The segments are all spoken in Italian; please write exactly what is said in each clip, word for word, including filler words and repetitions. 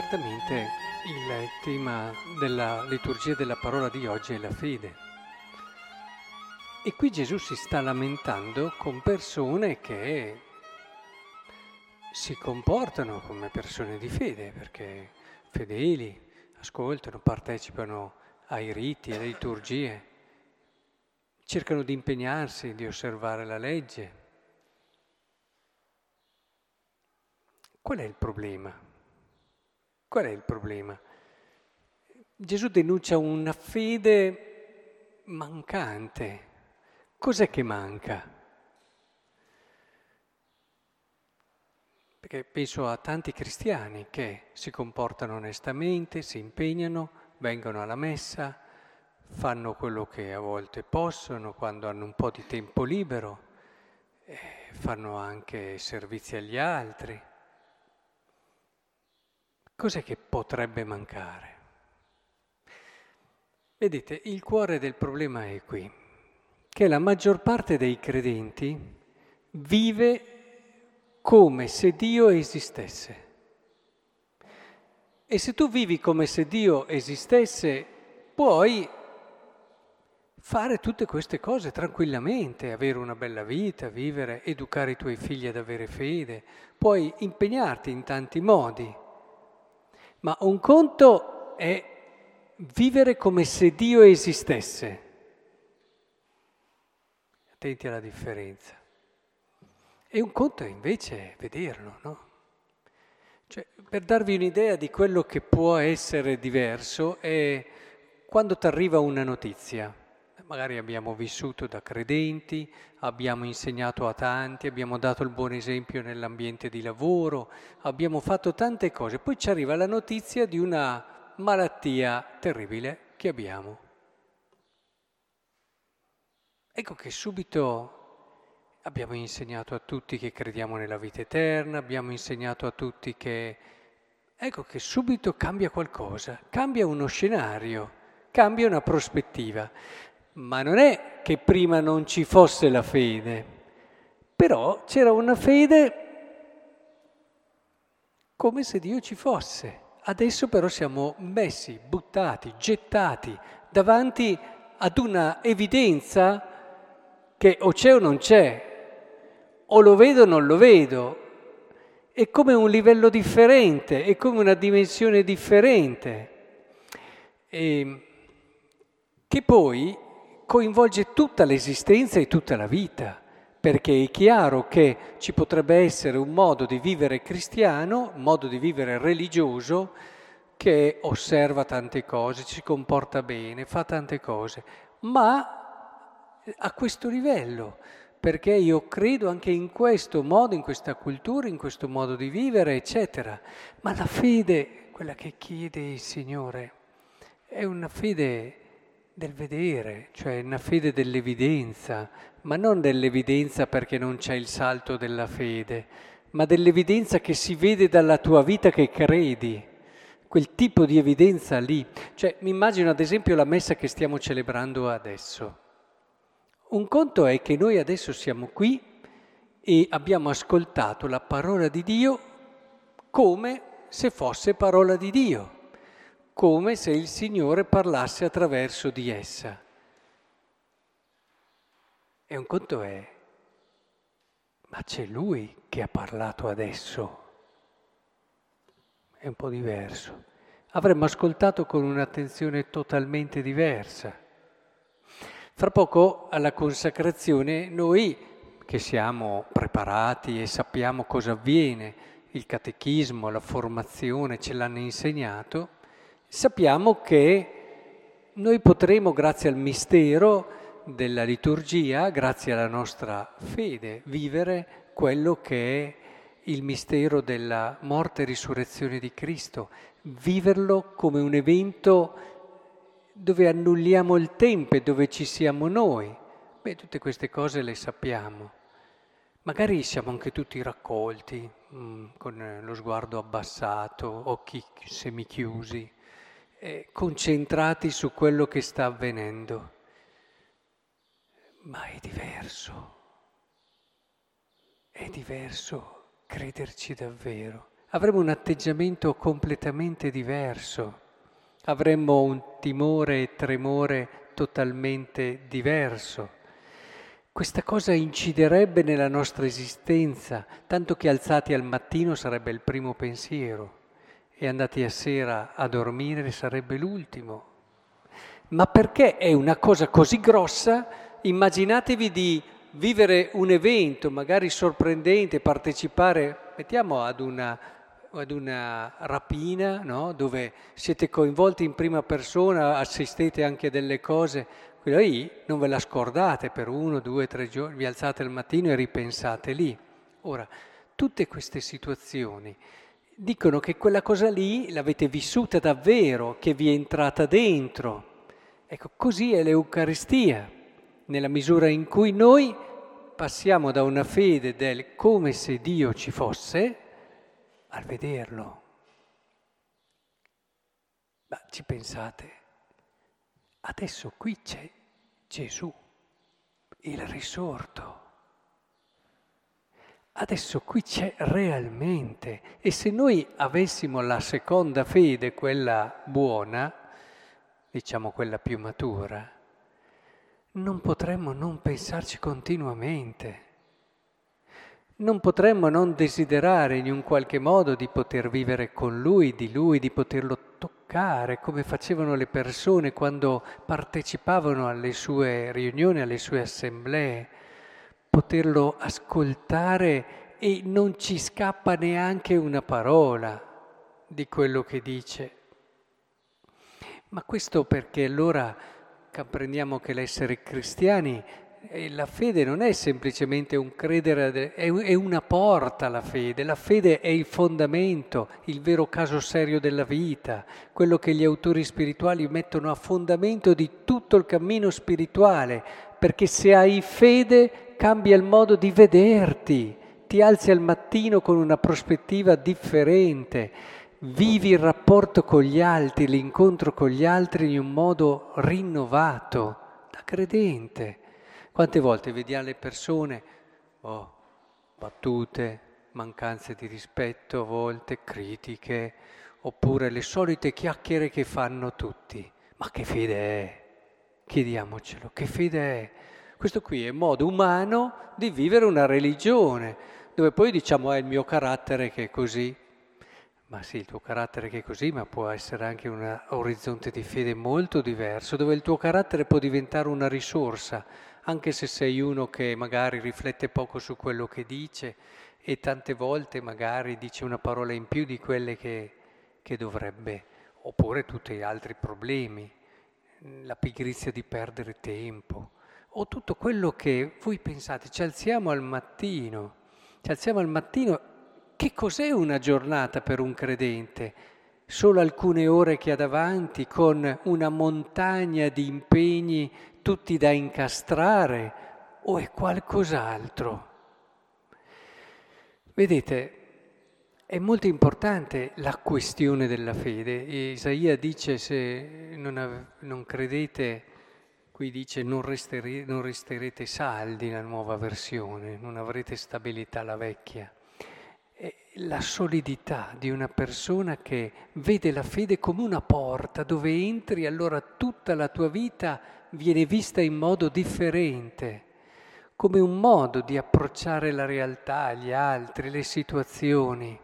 certamente il tema della liturgia della parola di oggi è la fede. E qui Gesù si sta lamentando con persone che si comportano come persone di fede, perché fedeli, ascoltano, partecipano ai riti, alle liturgie, cercano di impegnarsi, di osservare la legge. Qual è il problema? Qual è il problema? Gesù denuncia una fede mancante. Cos'è che manca? Perché penso a tanti cristiani che si comportano onestamente, si impegnano, vengono alla messa, fanno quello che a volte possono quando hanno un po' di tempo libero, eh, fanno anche servizi agli altri. Cos'è che potrebbe mancare? Vedete, il cuore del problema è qui, che la maggior parte dei credenti vive come se Dio esistesse. E se tu vivi come se Dio esistesse, puoi fare tutte queste cose tranquillamente, avere una bella vita, vivere, educare i tuoi figli ad avere fede, puoi impegnarti in tanti modi. Ma un conto è vivere come se Dio esistesse. Attenti alla differenza. E un conto è invece vederlo, no? Cioè, per darvi un'idea di quello che può essere diverso, è quando ti arriva una notizia. Magari abbiamo vissuto da credenti, abbiamo insegnato a tanti, abbiamo dato il buon esempio nell'ambiente di lavoro, abbiamo fatto tante cose. Poi ci arriva la notizia di una malattia terribile che abbiamo. Ecco che subito abbiamo insegnato a tutti che crediamo nella vita eterna, abbiamo insegnato a tutti che... Ecco che subito cambia qualcosa, cambia uno scenario, cambia una prospettiva. Ma non è che prima non ci fosse la fede, però c'era una fede come se Dio ci fosse. Adesso però siamo messi, buttati, gettati davanti ad una evidenza che o c'è o non c'è, o lo vedo o non lo vedo. È come un livello differente, è come una dimensione differente, e che poi coinvolge tutta l'esistenza e tutta la vita, perché è chiaro che ci potrebbe essere un modo di vivere cristiano, un modo di vivere religioso, che osserva tante cose, ci comporta bene, fa tante cose, ma a questo livello, perché io credo anche in questo modo, in questa cultura, in questo modo di vivere, eccetera. Ma la fede, quella che chiede il Signore, è una fede del vedere, cioè una fede dell'evidenza, ma non dell'evidenza perché non c'è il salto della fede, ma dell'evidenza che si vede dalla tua vita che credi, quel tipo di evidenza lì. Cioè, mi immagino ad esempio la messa che stiamo celebrando adesso. Un conto è che noi adesso siamo qui e abbiamo ascoltato la parola di Dio come se fosse parola di Dio, come se il Signore parlasse attraverso di essa. E un conto è, ma c'è Lui che ha parlato adesso. È un po' diverso. Avremmo ascoltato con un'attenzione totalmente diversa. Fra poco alla consacrazione noi che siamo preparati e sappiamo cosa avviene, il catechismo, la formazione, ce l'hanno insegnato, sappiamo che noi potremo, grazie al mistero della liturgia, grazie alla nostra fede, vivere quello che è il mistero della morte e risurrezione di Cristo, viverlo come un evento dove annulliamo il tempo e dove ci siamo noi. Beh, tutte queste cose le sappiamo. Magari siamo anche tutti raccolti, mh, con lo sguardo abbassato, occhi semichiusi, eh, concentrati su quello che sta avvenendo. Ma è diverso. È diverso crederci davvero. avremmo un atteggiamento completamente diverso, avremmo un timore e tremore totalmente diverso. Questa cosa inciderebbe nella nostra esistenza, tanto che alzati al mattino sarebbe il primo pensiero e andati a sera a dormire sarebbe l'ultimo. Ma perché è una cosa così grossa, immaginatevi di vivere un evento magari sorprendente, partecipare, mettiamo ad una, ad una rapina, no? Dove siete coinvolti in prima persona, assistete anche a delle cose, quella lì non ve la scordate per uno, due, tre giorni, vi alzate al mattino e ripensate lì. Ora, tutte queste situazioni dicono che quella cosa lì l'avete vissuta davvero, che vi è entrata dentro. Ecco, così è l'Eucaristia, nella misura in cui noi passiamo da una fede del come se Dio ci fosse al vederlo. Ma ci pensate? Adesso qui c'è Gesù, il risorto. Adesso qui c'è realmente. E se noi avessimo la seconda fede, quella buona, diciamo quella più matura, non potremmo non pensarci continuamente. Non potremmo non desiderare in un qualche modo di poter vivere con Lui, di Lui, di poterlo toccare, come facevano le persone quando partecipavano alle sue riunioni, alle sue assemblee, poterlo ascoltare e non ci scappa neanche una parola di quello che dice. Ma questo perché allora comprendiamo che l'essere cristiani, eh, la fede non è semplicemente un credere, è è una porta la fede, la fede è il fondamento, il vero caso serio della vita, quello che gli autori spirituali mettono a fondamento di tutto il cammino spirituale, perché se hai fede cambia il modo di vederti, ti alzi al mattino con una prospettiva differente. Vivi il rapporto con gli altri, l'incontro con gli altri in un modo rinnovato, da credente. Quante volte vediamo le persone, oh, battute, mancanze di rispetto, a volte critiche, oppure le solite chiacchiere che fanno tutti. Ma che fede è? Chiediamocelo, che fede è? Questo qui è un modo umano di vivere una religione, dove poi diciamo è il mio carattere che è così. Ma sì, il tuo carattere che è così, ma può essere anche un orizzonte di fede molto diverso, dove il tuo carattere può diventare una risorsa, anche se sei uno che magari riflette poco su quello che dice e tante volte magari dice una parola in più di quelle che, che dovrebbe, oppure tutti gli altri problemi, la pigrizia di perdere tempo, o tutto quello che voi pensate, ci alziamo al mattino, ci alziamo al mattino. Che cos'è una giornata per un credente? Solo alcune ore che ha davanti, con una montagna di impegni tutti da incastrare, o è qualcos'altro? Vedete, è molto importante la questione della fede. Isaia dice, se non, av- non credete, qui dice non, restere- non resterete saldi, la nuova versione, non avrete stabilità, la vecchia. La solidità di una persona che vede la fede come una porta dove entri, allora tutta la tua vita viene vista in modo differente, come un modo di approcciare la realtà, gli altri, le situazioni.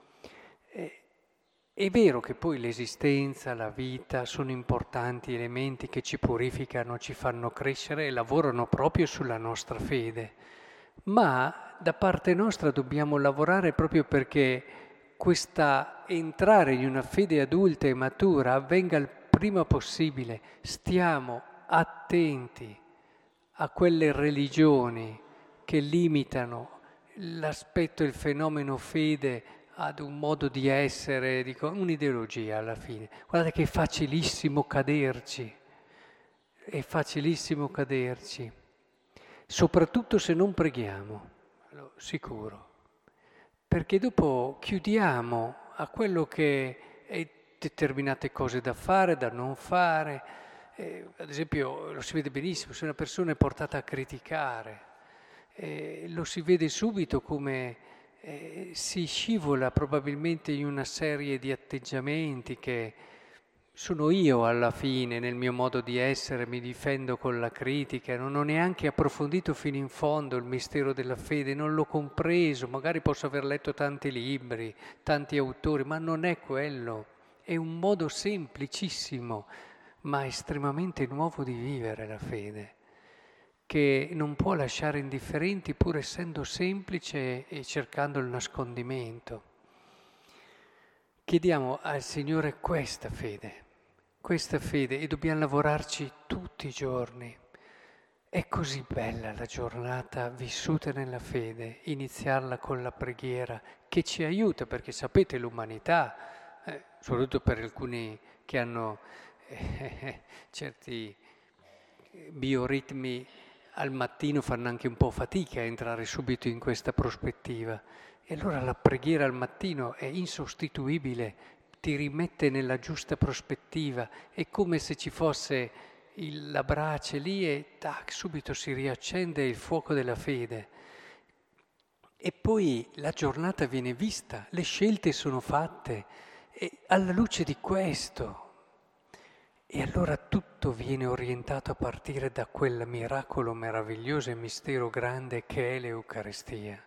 È vero che poi l'esistenza, la vita sono importanti elementi che ci purificano, ci fanno crescere e lavorano proprio sulla nostra fede. Ma da parte nostra dobbiamo lavorare proprio perché questa entrare in una fede adulta e matura avvenga il prima possibile. Stiamo attenti a quelle religioni che limitano l'aspetto e il fenomeno fede ad un modo di essere, dico, un'ideologia alla fine. Guardate che è facilissimo caderci, è facilissimo caderci. Soprattutto se non preghiamo, sicuro, perché dopo chiudiamo a quello che è determinate cose da fare, da non fare. Eh, ad esempio lo si vede benissimo, se una persona è portata a criticare, eh, lo si vede subito come eh, si scivola probabilmente in una serie di atteggiamenti che sono io alla fine, nel mio modo di essere, mi difendo con la critica, non ho neanche approfondito fino in fondo il mistero della fede, non l'ho compreso, magari posso aver letto tanti libri, tanti autori, ma non è quello, è un modo semplicissimo, ma estremamente nuovo di vivere la fede, che non può lasciare indifferenti pur essendo semplice e cercando il nascondimento. Chiediamo al Signore questa fede. Questa fede e dobbiamo lavorarci tutti i giorni. È così bella la giornata vissuta nella fede, iniziarla con la preghiera che ci aiuta, perché sapete l'umanità, eh, soprattutto per alcuni che hanno eh, certi bioritmi, al mattino fanno anche un po' fatica a entrare subito in questa prospettiva. E allora la preghiera al mattino è insostituibile, ti rimette nella giusta prospettiva, è come se ci fosse il, la brace lì e tac, subito si riaccende il fuoco della fede. E poi la giornata viene vista, le scelte sono fatte e alla luce di questo. E allora tutto viene orientato a partire da quel miracolo meraviglioso e mistero grande che è l'Eucaristia.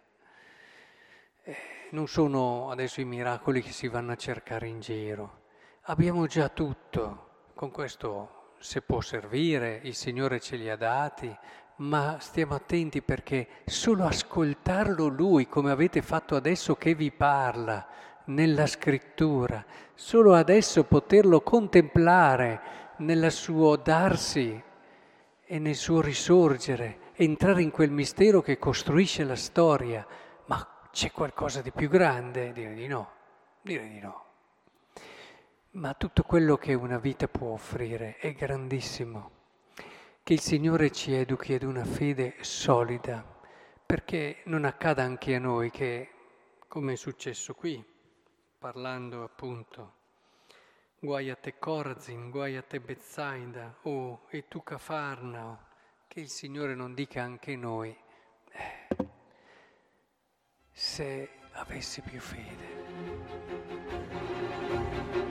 Eh, non sono adesso i miracoli che si vanno a cercare in giro. Abbiamo già tutto, con questo se può servire, il Signore ce li ha dati, ma stiamo attenti perché solo ascoltarlo Lui, come avete fatto adesso che vi parla nella Scrittura, solo adesso poterlo contemplare nel suo darsi e nel suo risorgere, entrare in quel mistero che costruisce la storia, ma c'è qualcosa di più grande? Dire di no, dire di no. Ma tutto quello che una vita può offrire è grandissimo. Che il Signore ci educhi ad una fede solida, perché non accada anche a noi che, come è successo qui, parlando appunto, guai a te Corazin, guai a te Betsaida, oh, e tu Cafarnao, che il Signore non dica anche noi, eh, se avessi più fede.